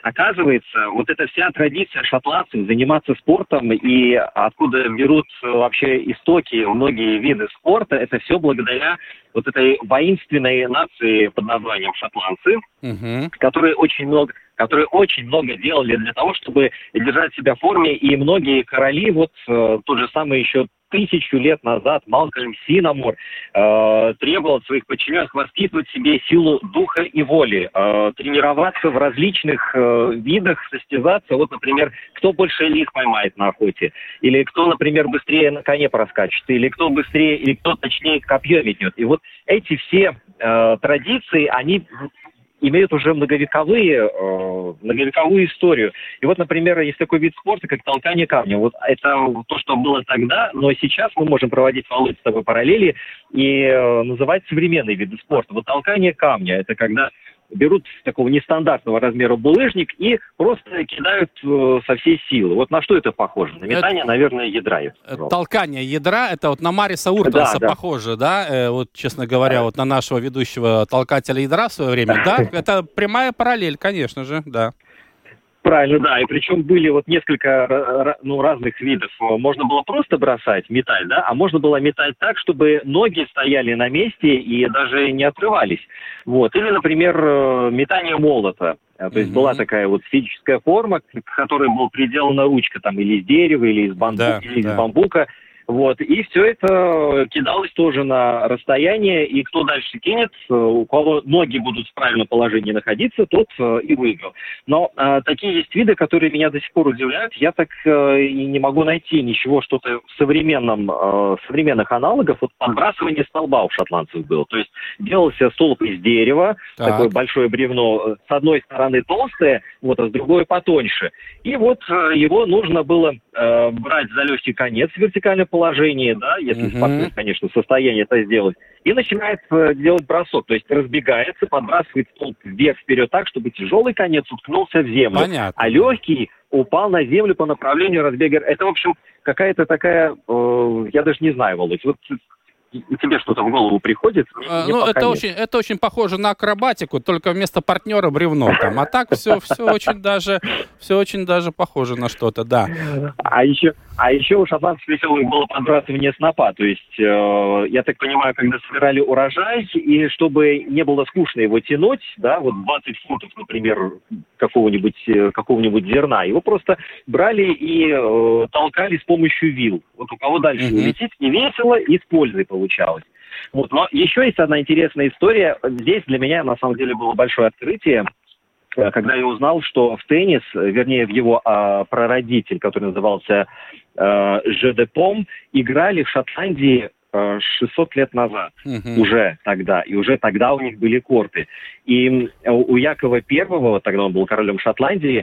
[SPEAKER 13] оказывается, вот эта вся традиция шотландцев заниматься спортом и откуда берут вообще истоки многие виды спорта, это все благодаря вот этой воинственной нации под названием шотландцы,
[SPEAKER 3] угу.
[SPEAKER 13] которые очень много... которые очень много делали для того, чтобы держать себя в форме, и многие короли, вот э, тот же самый еще тысячу лет назад Малкольм Синамор э, требовал от своих подчиненных воспитывать в себе силу духа и воли, э, тренироваться в различных э, видах, состязаться. Вот, например, кто больше лис поймает на охоте, или кто, например, быстрее на коне проскачет, или кто быстрее, или кто точнее копье метнет. И вот эти все э, традиции, они имеют уже многовековые, э, многовековую историю. И вот, например, есть такой вид спорта, как толкание камня. Вот это то, что было тогда, но сейчас мы можем проводить, Володь, с тобой параллели и э, называть современные виды спорта. Вот толкание камня – это когда берут такого нестандартного размера булыжник и просто кидают э, со всей силы. Вот на что это похоже? На метание, это, наверное, ядра.
[SPEAKER 3] Толкание ядра, это вот на Мариса Уртонса да, похоже, да? да? Э, вот, честно говоря, вот на нашего ведущего толкателя ядра в свое время, да? Это прямая параллель, конечно же, да.
[SPEAKER 13] Правильно, да. И причем были вот несколько ну, разных видов. Можно было просто бросать, метать, да, а можно было метать так, чтобы ноги стояли на месте и даже не отрывались. Вот. Или, например, метание молота. То есть mm-hmm. была такая вот физическая форма, к которой была приделана ручка там или из дерева, или из бамбука, да, или из да. бамбука. Вот, и все это кидалось тоже на расстояние, и кто дальше кинет, у кого ноги будут в правильном положении находиться, тот и выиграл. Но а, такие есть виды, которые меня до сих пор удивляют. Я так а, и не могу найти ничего, что-то в современном, а, современных аналогов. Вот подбрасывание столба у шотландцев было. То есть делался столб из дерева, так. такое большое бревно, с одной стороны толстое, вот, а с другой потоньше. И вот а, его нужно было а, брать за легкий конец в вертикальном положении, да, если uh-huh. спортсмен, конечно, в состоянии это сделать, и начинает э, делать бросок, то есть разбегается, подбрасывает столб вверх-вперед так, чтобы тяжелый конец уткнулся в землю,
[SPEAKER 3] Понятно.
[SPEAKER 13] а легкий упал на землю по направлению разбега. Это, в общем, какая-то такая, э, я даже не знаю, Володь, вот тебе что-то в голову приходит?
[SPEAKER 3] А, ну, это очень, это очень похоже на акробатику, только вместо партнера бревно там. А так все, все очень даже, все очень даже похоже на что-то, да.
[SPEAKER 13] А еще, а еще у шотландцев веселых было подбрасывание снопа. То есть, э, я так понимаю, когда собирали урожай, и чтобы не было скучно его тянуть, да, вот двадцать фунтов, например, какого-нибудь, какого-нибудь зерна, его просто брали и э, толкали с помощью вил. Вот у кого дальше mm-hmm. улетит, и весело, и с пользой получалось. Вот. Но еще есть одна интересная история. Здесь для меня, на самом деле, было большое открытие, когда я узнал, что в теннис, вернее, в его а, прародитель, который назывался а, Жэ де Пом, играли в Шотландии а, шестьсот лет назад, uh-huh. уже тогда. И уже тогда у них были корты. И у Якова Первого, тогда он был королем Шотландии,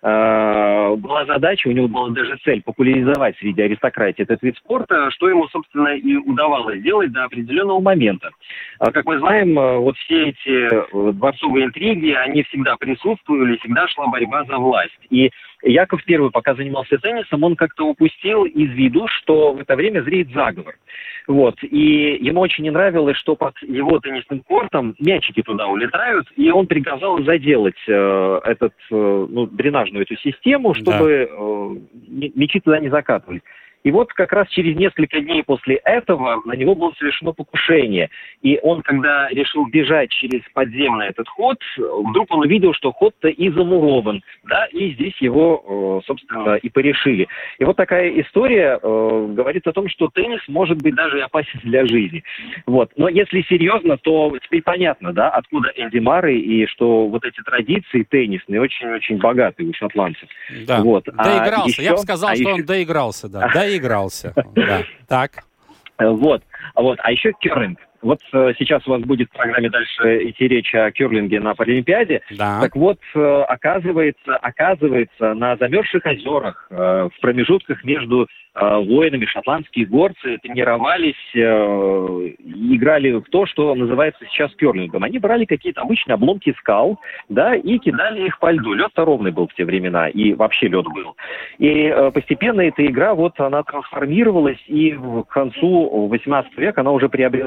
[SPEAKER 13] была задача, у него была даже цель популяризовать среди аристократии этот вид спорта, что ему, собственно, и удавалось сделать до определенного момента. Как мы знаем, вот все эти дворцовые интриги, они всегда присутствовали, всегда шла борьба за власть. И Яков Первый, пока занимался теннисом, он как-то упустил из виду, что в это время зреет заговор. Вот. И ему очень не нравилось, что под его теннисным кортом мячики туда улетают, и он приказал заделать э, этот, э, ну, дренажную эту систему, чтобы да. э, мячи туда не закатывались. И вот как раз через несколько дней после этого на него было совершено покушение. И он, когда решил бежать через подземный этот ход, вдруг он увидел, что ход-то и замурован. Да, и здесь его, собственно, и порешили. И вот такая история э, говорит о том, что теннис может быть даже и опасен для жизни. Вот. Но если серьезно, то теперь понятно, да, откуда Энди Маррей, и что вот эти традиции теннисные очень-очень богатые у шотландцев.
[SPEAKER 3] Да,
[SPEAKER 13] вот.
[SPEAKER 3] доигрался.
[SPEAKER 13] А еще,
[SPEAKER 3] Я бы сказал,
[SPEAKER 13] а
[SPEAKER 3] что
[SPEAKER 13] еще...
[SPEAKER 3] он доигрался, да. Доигрался. Да. Так.
[SPEAKER 13] Вот. Вот. А еще керлинг. Вот э, сейчас у вас будет в программе дальше идти речь о керлинге на Паралимпиаде.
[SPEAKER 3] Да.
[SPEAKER 13] Так вот, э, оказывается, оказывается, на замерзших озерах, э, в промежутках между э, воинами шотландские горцы тренировались, э, играли в то, что называется сейчас керлингом. Они брали какие-то обычные обломки скал, да, и кидали их по льду. Лед-то ровный был в те времена, и вообще лед был. И э, постепенно эта игра, вот, она трансформировалась, и к концу восемнадцатого века она уже приобрела тот вид,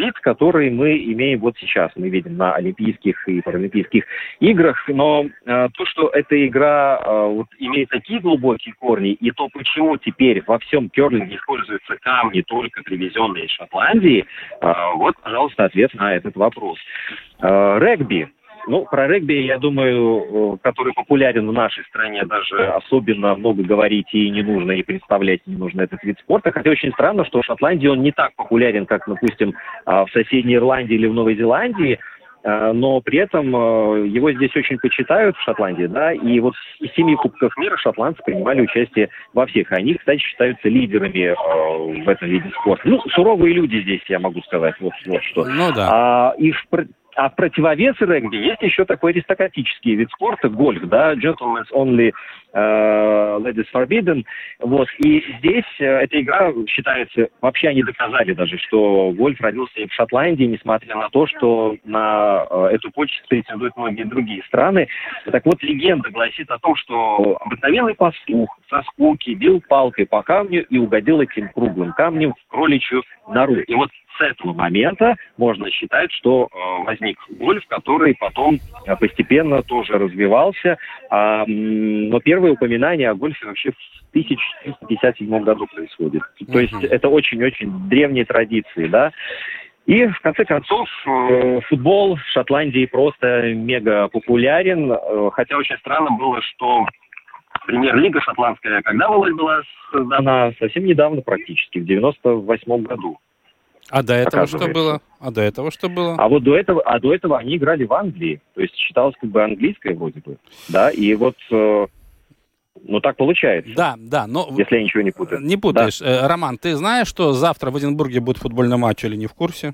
[SPEAKER 13] лиц, которые мы имеем вот сейчас. Мы видим на Олимпийских и Паралимпийских играх. Но э, то, что эта игра э, вот, имеет такие глубокие корни, и то, почему теперь во всем керлинге используются камни, только привезенные из Шотландии, э, вот, пожалуйста, ответ на этот вопрос. Э, регби. Ну, про регби, я думаю, который популярен в нашей стране, даже особенно много говорить и не нужно, и представлять не нужно этот вид спорта. Хотя очень странно, что в Шотландии он не так популярен, как, допустим, в соседней Ирландии или в Новой Зеландии, но при этом его здесь очень почитают в Шотландии, да, и вот из семи кубков мира шотландцы принимали участие во всех. Они, кстати, считаются лидерами в этом виде спорта. Ну, суровые люди здесь, я могу сказать, вот, вот что.
[SPEAKER 3] Ну да.
[SPEAKER 13] А, и в А в противовес регби есть еще такой аристократический вид спорта, гольф, да, gentlemen's only, uh, ladies forbidden. Вот. И здесь uh, эта игра считается, вообще они доказали даже, что гольф родился и в Шотландии, несмотря на то, что на uh, эту почесть претендуют многие другие страны. Так вот, легенда гласит о том, что обыкновенный пастух со скуки бил палкой по камню и угодил этим круглым камнем в кроличью нору. И вот с этого момента можно считать, что э, возник гольф, который потом э, постепенно тоже развивался. А, м, но первое упоминание о гольфе вообще в тысяча четыреста пятьдесят седьмом году происходит. Mm-hmm. То есть это очень-очень древние традиции, да. И, в конце концов, э, футбол в Шотландии просто мега популярен. Э, хотя очень странно было, что премьер-лига шотландская, когда была создана? Совсем недавно практически, в девяносто восьмом году.
[SPEAKER 3] А до этого что было? А до этого что было?
[SPEAKER 13] А вот до этого, а до этого они играли в Англии. То есть считалось как бы английское вроде бы. Да, и вот, э, ну так получается.
[SPEAKER 3] Да, да, но...
[SPEAKER 13] Если я ничего не путаю.
[SPEAKER 3] Не путаешь. Да. Роман, ты знаешь, что завтра в Эдинбурге будет футбольный матч или не в курсе?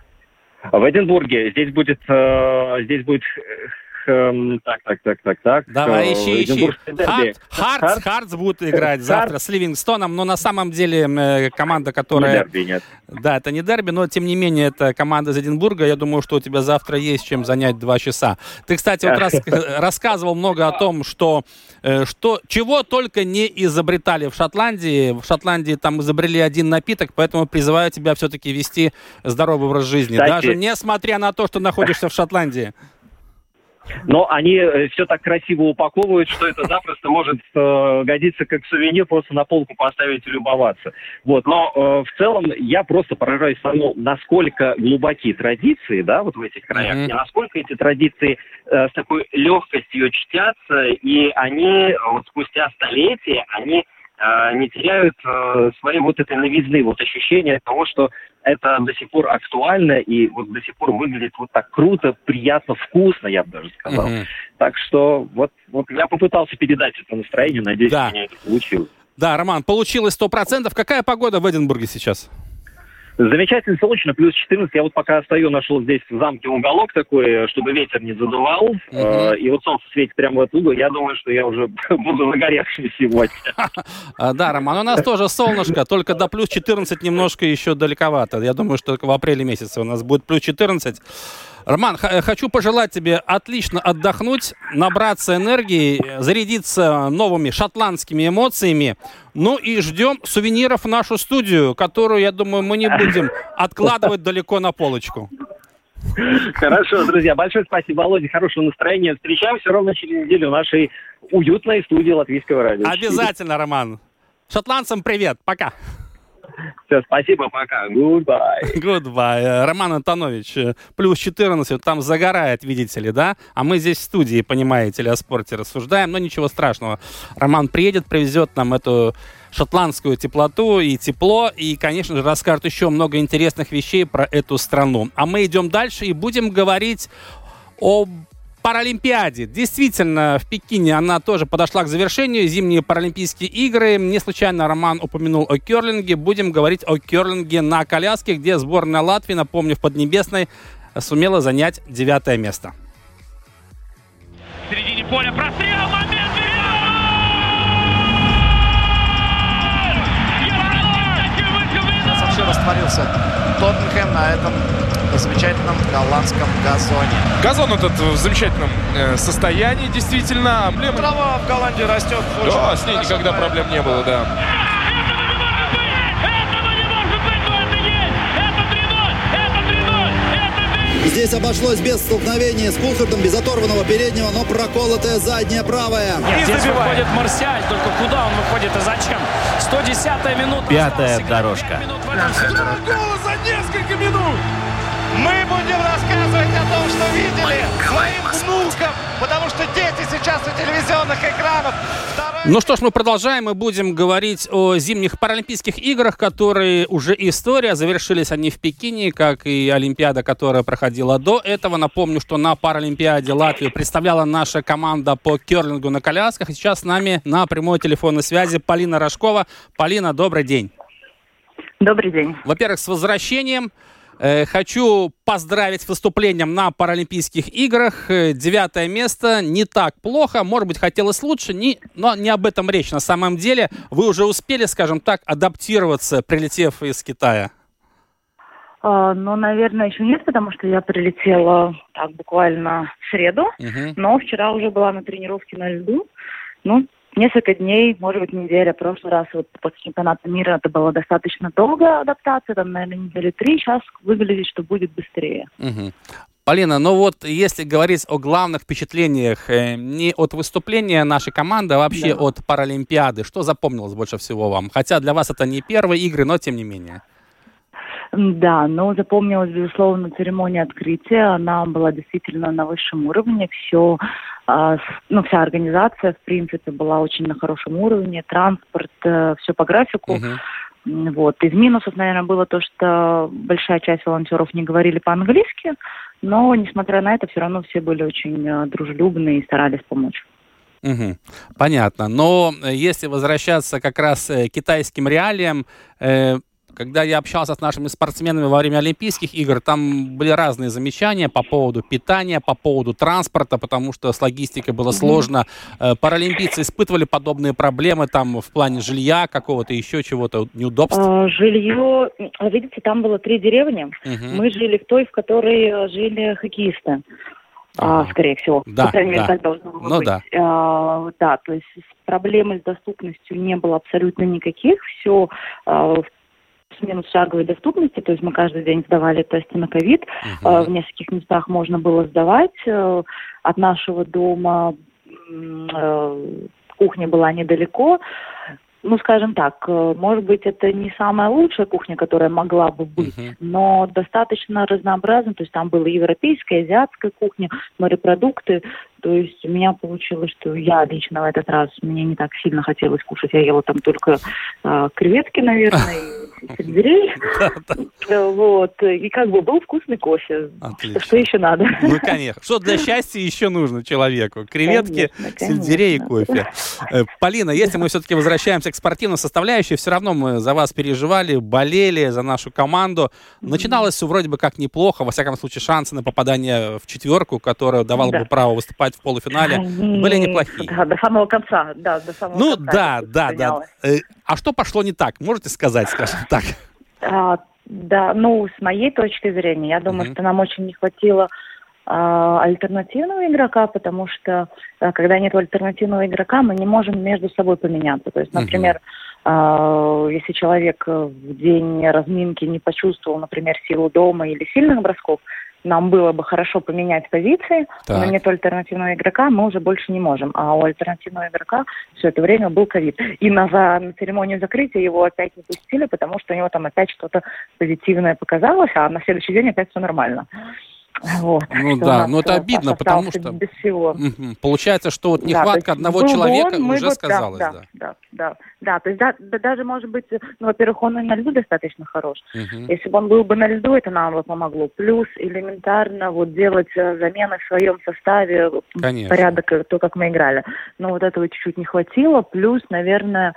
[SPEAKER 13] В Эдинбурге здесь будет... Э, здесь будет... Так, так, так, так, так.
[SPEAKER 3] Давай, ищи, ищи. Хартс, Хартс будут играть завтра с Ливингстоном, но на самом деле команда, которая...
[SPEAKER 13] Не дерби, нет.
[SPEAKER 3] Да, это не дерби, но тем не менее это команда из Эдинбурга. Я думаю, что у тебя завтра есть чем занять два часа. Ты, кстати, вот рас... рассказывал много о том, что, что чего только не изобретали в Шотландии. В Шотландии там изобрели один напиток, поэтому призываю тебя все-таки вести здоровый образ жизни. Кстати... Даже несмотря на то, что находишься в Шотландии.
[SPEAKER 13] Но они э, все так красиво упаковывают, что это запросто может э, годиться как сувенир, просто на полку поставить и любоваться. Вот. Но э, в целом я просто поражаюсь тому, насколько глубоки традиции, да, вот в этих краях, mm-hmm. и насколько эти традиции э, с такой легкостью чтятся, и они вот спустя столетия, они э, не теряют э, своей вот этой новизны, вот ощущения того, что это до сих пор актуально и вот до сих пор выглядит вот так круто, приятно, вкусно, я бы даже сказал. Mm-hmm. Так что вот, вот я попытался передать это настроение, надеюсь, да. у меня это получилось.
[SPEAKER 3] Да, Роман, получилось сто процентов. Какая погода в Эдинбурге сейчас?
[SPEAKER 13] Замечательно солнечно, плюс четырнадцать. Я вот пока стою, нашел здесь в замке уголок такой, чтобы ветер не задувал. Uh-huh. И вот солнце светит прямо в этот угол. Я думаю, что я уже буду нагоревший сегодня.
[SPEAKER 3] Да, Роман, у нас тоже солнышко, только до плюс четырнадцать немножко еще далековато. Я думаю, что только в апреле месяце у нас будет плюс четырнадцать. Роман, х- хочу пожелать тебе отлично отдохнуть, набраться энергии, зарядиться новыми шотландскими эмоциями. Ну и ждем сувениров в нашу студию, которую, я думаю, мы не будем откладывать далеко на полочку.
[SPEAKER 13] Хорошо, друзья, большое спасибо, Володя, хорошего настроения. Встречаемся ровно через неделю в нашей уютной студии Латвийского радио.
[SPEAKER 3] Обязательно, Роман. Шотландцам привет, пока.
[SPEAKER 13] Все, спасибо, пока. Goodbye.
[SPEAKER 3] Goodbye. Роман Антонович, плюс четырнадцать, там загорает, видите ли, да? А мы здесь в студии, понимаете ли, о спорте рассуждаем, но ничего страшного. Роман приедет, привезет нам эту шотландскую теплоту и тепло, и, конечно же, расскажет еще много интересных вещей про эту страну. А мы идем дальше и будем говорить об Паралимпиаде. Действительно, в Пекине она тоже подошла к завершению. Зимние Паралимпийские игры. Не случайно Роман упомянул о керлинге. Будем говорить о керлинге на коляске, где сборная Латвии, напомню, в Поднебесной сумела занять девятое место.
[SPEAKER 14] В середине поля прострел, момент!
[SPEAKER 4] Сейчас вообще растворился Тоттенхэм на этом замечательном голландском газоне.
[SPEAKER 5] Газон этот в замечательном э, состоянии, действительно.
[SPEAKER 4] Трава в Голландии растет.
[SPEAKER 5] Да, с ней никогда проблем не было, да.
[SPEAKER 6] Здесь обошлось без столкновения с Кулхардом, без оторванного переднего, но проколотая задняя правая.
[SPEAKER 2] Нет, здесь выходит Марсиаль, только куда он выходит и зачем? сто десятая минута.
[SPEAKER 1] Пятая дорожка.
[SPEAKER 4] Два гола за несколько минут! Мы будем рассказывать о том, что видели своим внукам, потому что дети сейчас у телевизионных экранов. Второй...
[SPEAKER 3] Ну что ж, мы продолжаем. Мы будем говорить о зимних Паралимпийских играх, которые уже история. Завершились они в Пекине, как и Олимпиада, которая проходила до этого. Напомню, что на Паралимпиаде Латвию представляла наша команда по керлингу на колясках. И сейчас с нами на прямой телефонной связи Полина Рожкова. Полина, добрый день.
[SPEAKER 15] Добрый день.
[SPEAKER 3] Во-первых, с возвращением. Хочу поздравить с выступлением на Паралимпийских играх. Девятое место. Не так плохо. Может быть, хотелось лучше, не, но не об этом речь. На самом деле, вы уже успели, скажем так, адаптироваться, прилетев из Китая?
[SPEAKER 15] А, ну, наверное, еще нет, потому что я прилетела так буквально в среду. Uh-huh. Но вчера уже была на тренировке на льду. Ну, несколько дней, может быть, неделя. В прошлый раз вот после чемпионата мира это было достаточно долгая адаптация, там, наверное, недели три. Сейчас выглядит, что будет быстрее.
[SPEAKER 3] Угу. Полина, ну вот если говорить о главных впечатлениях э, не от выступления нашей команды, а вообще да. от Паралимпиады, что запомнилось больше всего вам? Хотя для вас это не первые игры, но тем не менее.
[SPEAKER 15] Да, но запомнилась, безусловно, церемония открытия. Она была действительно на высшем уровне. Все, э, ну, вся организация, в принципе, была очень на хорошем уровне. Транспорт, э, все по графику. Uh-huh. Вот. Из минусов, наверное, было то, что большая часть волонтеров не говорили по-английски. Но, несмотря на это, все равно все были очень э, дружелюбны и старались помочь.
[SPEAKER 3] Угу. Понятно. Но если возвращаться как раз к китайским реалиям, э, когда я общался с нашими спортсменами во время Олимпийских игр, там были разные замечания по поводу питания, по поводу транспорта, потому что с логистикой было сложно. Mm-hmm. Паралимпийцы испытывали подобные проблемы там в плане жилья какого-то, еще чего-то, неудобств?
[SPEAKER 15] А, жилье, видите, там было три деревни. Mm-hmm. Мы жили в той, в которой жили хоккеисты. А, скорее всего.
[SPEAKER 3] Да,
[SPEAKER 15] по крайней мере,
[SPEAKER 3] да.
[SPEAKER 15] так должно было
[SPEAKER 3] ну,
[SPEAKER 15] быть.
[SPEAKER 3] Да.
[SPEAKER 15] А, да, то есть проблем с доступностью не было абсолютно никаких. Все а, в минус шаговой доступности, то есть мы каждый день сдавали тесты на ковид. Uh-huh. В нескольких местах можно было сдавать. От нашего дома кухня была недалеко. Ну, скажем так, может быть, это не самая лучшая кухня, которая могла бы быть, uh-huh. но достаточно разнообразна. То есть там была европейская, азиатская кухня, морепродукты. То есть у меня получилось, что я лично в этот раз, мне не так сильно хотелось кушать. Я ела там только э, креветки, наверное, и сельдерей. Вот. И как бы был вкусный кофе. Что еще надо?
[SPEAKER 3] Ну, конечно. Что для счастья еще нужно человеку? Креветки, сельдерей и кофе. Полина, если мы все-таки возвращаемся к спортивной составляющей, все равно мы за вас переживали, болели за нашу команду. Начиналось все вроде бы как неплохо. Во всяком случае, шансы на попадание в четверку, которая давала бы право выступать в полуфинале,
[SPEAKER 15] Они...
[SPEAKER 3] были неплохие.
[SPEAKER 15] Да, до самого конца. Да, до самого
[SPEAKER 3] ну
[SPEAKER 15] конца
[SPEAKER 3] да, да, да. А что пошло не так? Можете сказать, скажем так?
[SPEAKER 15] А, да, ну, с моей точки зрения, я думаю, mm-hmm. что нам очень не хватило а, альтернативного игрока, потому что а, когда нет альтернативного игрока, мы не можем между собой поменяться. То есть, например, mm-hmm. а, если человек в день разминки не почувствовал, например, силу дома или сильных бросков, нам было бы хорошо поменять позиции, так. но нет альтернативного игрока, мы уже больше не можем. А у альтернативного игрока все это время был ковид. И на, на церемонию закрытия его опять не пустили, потому что у него там опять что-то позитивное показалось, а на следующий день опять все нормально. Вот,
[SPEAKER 3] ну да, но это обидно, потому что
[SPEAKER 15] без всего.
[SPEAKER 3] Получается, что вот нехватка да, одного человека он, уже вот, сказалась.
[SPEAKER 15] Да, да, да, да, да. То есть да, да, даже может быть, ну, во-первых, он и на льду достаточно хорош. Uh-huh. Если бы он был бы на льду, это нам бы помогло. Плюс элементарно вот делать замены в своем составе,
[SPEAKER 3] Конечно.
[SPEAKER 15] Порядок, то, как мы играли. Но вот этого чуть-чуть не хватило. Плюс, наверное,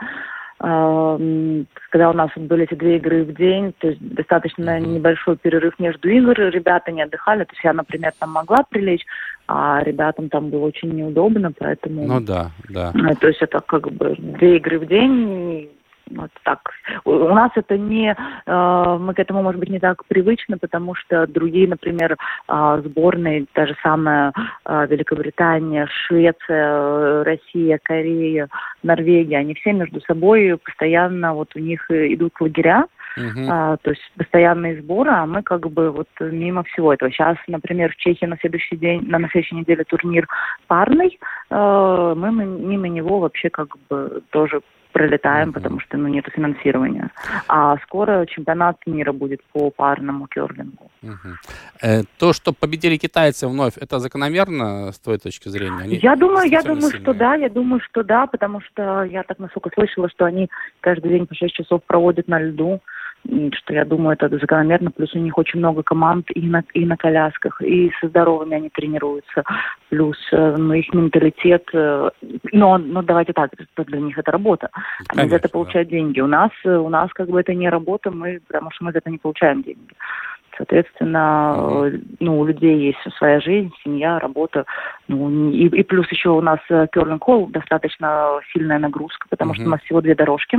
[SPEAKER 15] когда у нас были эти две игры в день, то есть достаточно mm-hmm. небольшой перерыв между игр, ребята не отдыхали, то есть я, например, там могла прилечь, а ребятам там было очень неудобно, поэтому...
[SPEAKER 3] Ну да, да.
[SPEAKER 15] То есть это как бы две игры в день... Вот так. У нас это не... Э, мы к этому, может быть, не так привычны, потому что другие, например, э, сборные, та же самая э, Великобритания, Швеция, Россия, Корея, Норвегия, они все между собой постоянно, вот у них идут лагеря, Uh-huh. А, то есть постоянные сборы, а мы как бы вот мимо всего этого. Сейчас, например, в Чехии на следующий день, на, на следующей неделе турнир парный, э, мы мимо него вообще как бы тоже пролетаем, uh-huh. потому что ну, нет финансирования. А скоро чемпионат мира будет по парному керлингу.
[SPEAKER 3] Uh-huh. Э, то, что победили китайцы вновь, это закономерно с твоей точки зрения? Они
[SPEAKER 15] я думаю, я думаю,
[SPEAKER 3] сильные.
[SPEAKER 15] что да, я думаю, что да, потому что я так насколько слышала, что они каждый день по шесть часов проводят на льду, что я думаю, это закономерно, плюс у них очень много команд и на, и на колясках, и со здоровыми они тренируются, плюс ну, их менталитет, но, но давайте так, для них это работа, они Конечно, за это получают да. деньги, у нас, у нас как бы это не работа, мы, потому что мы за это не получаем деньги. Соответственно, uh-huh. ну, у людей есть своя жизнь, семья, работа. Ну, и, и плюс еще у нас керлинг-холл достаточно сильная нагрузка, потому uh-huh. что у нас всего две дорожки.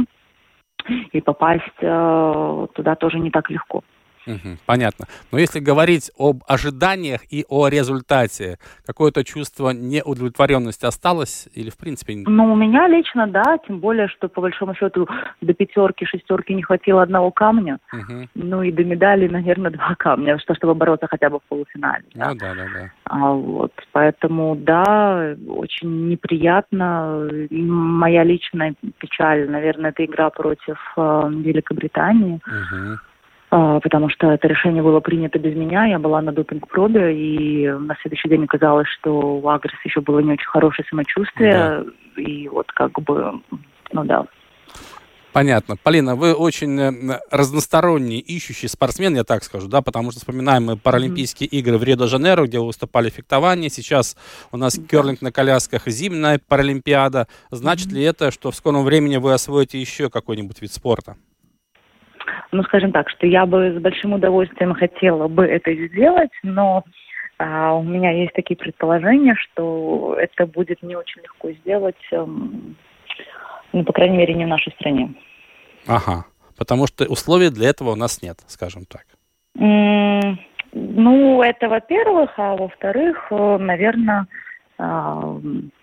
[SPEAKER 15] И попасть э, туда тоже не так легко.
[SPEAKER 3] Угу, понятно. Но если говорить об ожиданиях и о результате, какое-то чувство неудовлетворенности осталось или в принципе?
[SPEAKER 15] Ну, у меня лично, да, тем более, что по большому счету до пятерки, шестерки не хватило одного камня. Угу. Ну и до медали, наверное, два камня, что, чтобы бороться хотя бы в полуфинале. Да?
[SPEAKER 3] Ну да, да, да.
[SPEAKER 15] А, вот, поэтому, да, очень неприятно. И моя личная печаль, наверное, это игра против э, Великобритании. Угу. Потому что это решение было принято без меня, я была на допинг-пробе, и на следующий день оказалось, что у Агрес еще было не очень хорошее самочувствие, да. И вот как бы, ну да.
[SPEAKER 3] Понятно. Полина, вы очень разносторонний, ищущий спортсмен, я так скажу, да, потому что вспоминаем мы Паралимпийские mm-hmm. игры в Рио-де-Жанейро, где вы выступали в фехтовании, сейчас у нас mm-hmm. керлинг на колясках, зимняя Паралимпиада. Значит mm-hmm. ли это, что в скором времени вы освоите еще какой-нибудь вид спорта?
[SPEAKER 15] Ну, скажем так, что я бы с большим удовольствием хотела бы это сделать, но а, у меня есть такие предположения, что это будет не очень легко сделать, эм, ну, по крайней мере, не в нашей стране.
[SPEAKER 3] Ага, потому что условий для этого у нас нет, скажем так.
[SPEAKER 15] Mm, ну, это во-первых, а во-вторых, наверное... Э,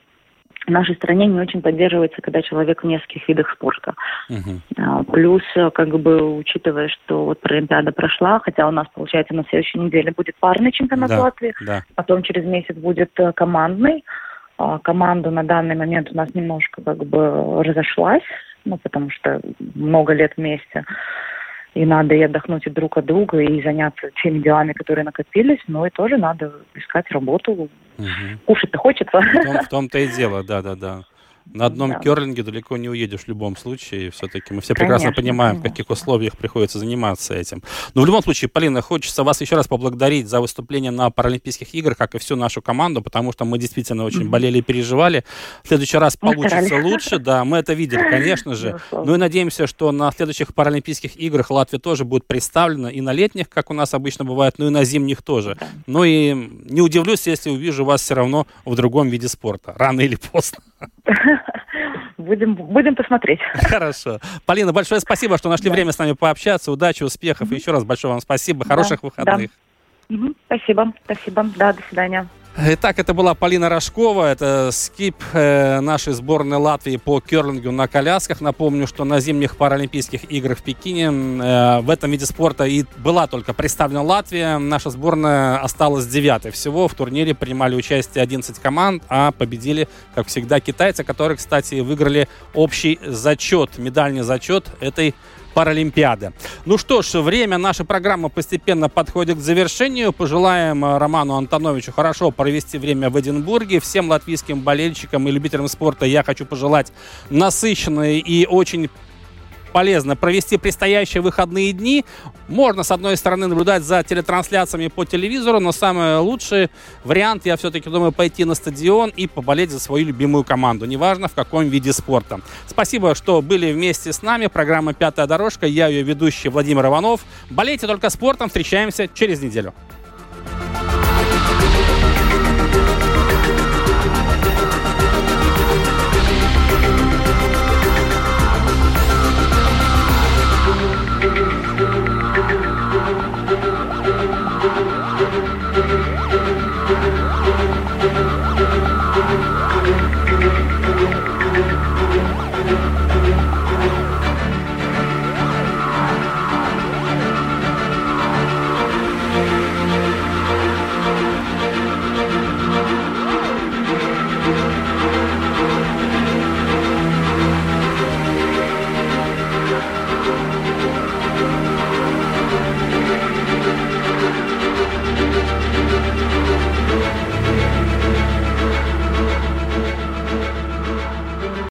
[SPEAKER 15] в нашей стране не очень поддерживается, когда человек в нескольких видах спорта. Uh-huh. Плюс, как бы, учитывая, что вот Паралимпиада прошла, хотя у нас, получается, на следующей неделе будет парный чемпионат
[SPEAKER 3] да,
[SPEAKER 15] Латвии,
[SPEAKER 3] да.
[SPEAKER 15] Потом через месяц будет командный. Команда на данный момент у нас немножко, как бы, разошлась, ну, потому что много лет вместе. И надо и отдохнуть и друг от друга, и заняться теми делами, которые накопились, но и тоже надо искать работу. Угу. Кушать-то хочется.
[SPEAKER 3] В, том, в том-то и дело, да-да-да. На одном да. керлинге далеко не уедешь в любом случае. Все-таки мы все прекрасно конечно, понимаем, конечно. В каких условиях приходится заниматься этим. Но в любом случае, Полина, хочется вас еще раз поблагодарить за выступление на Паралимпийских играх, как и всю нашу команду, потому что мы действительно очень mm-hmm. болели и переживали. В следующий раз мы получится старались. Лучше. Да, мы это видели, конечно же. Ну и надеемся, что на следующих Паралимпийских играх Латвия тоже будет представлена и на летних, как у нас обычно бывает, но и на зимних тоже. Да. Ну и не удивлюсь, если увижу вас все равно в другом виде спорта. Рано или поздно.
[SPEAKER 15] Будем, будем посмотреть.
[SPEAKER 3] Хорошо. Полина, большое спасибо, что нашли да. время с нами пообщаться. Удачи, успехов. Mm-hmm. И еще раз большое вам спасибо. Хороших да, выходных.
[SPEAKER 15] Да. Mm-hmm. Спасибо. Спасибо. Да, до свидания.
[SPEAKER 3] Итак, это была Полина Рожкова, это скип э, нашей сборной Латвии по керлингу на колясках. Напомню, что на зимних Паралимпийских играх в Пекине э, в этом виде спорта и была только представлена Латвия. Наша сборная осталась девятой всего. В турнире принимали участие одиннадцать команд, а победили, как всегда, китайцы, которые, кстати, выиграли общий зачет, медальный зачет этой Паралимпиады. Ну что ж, время нашей программы постепенно подходит к завершению. Пожелаем Роману Антоновичу хорошо провести время в Эдинбурге. Всем латвийским болельщикам и любителям спорта я хочу пожелать насыщенной и очень полезно провести предстоящие выходные дни. Можно, с одной стороны, наблюдать за телетрансляциями по телевизору, но самый лучший вариант, я все-таки думаю, пойти на стадион и поболеть за свою любимую команду, неважно в каком виде спорта. Спасибо, что были вместе с нами. Программа «Пятая дорожка». Я ее ведущий Владимир Иванов. Болейте только спортом. Встречаемся через неделю.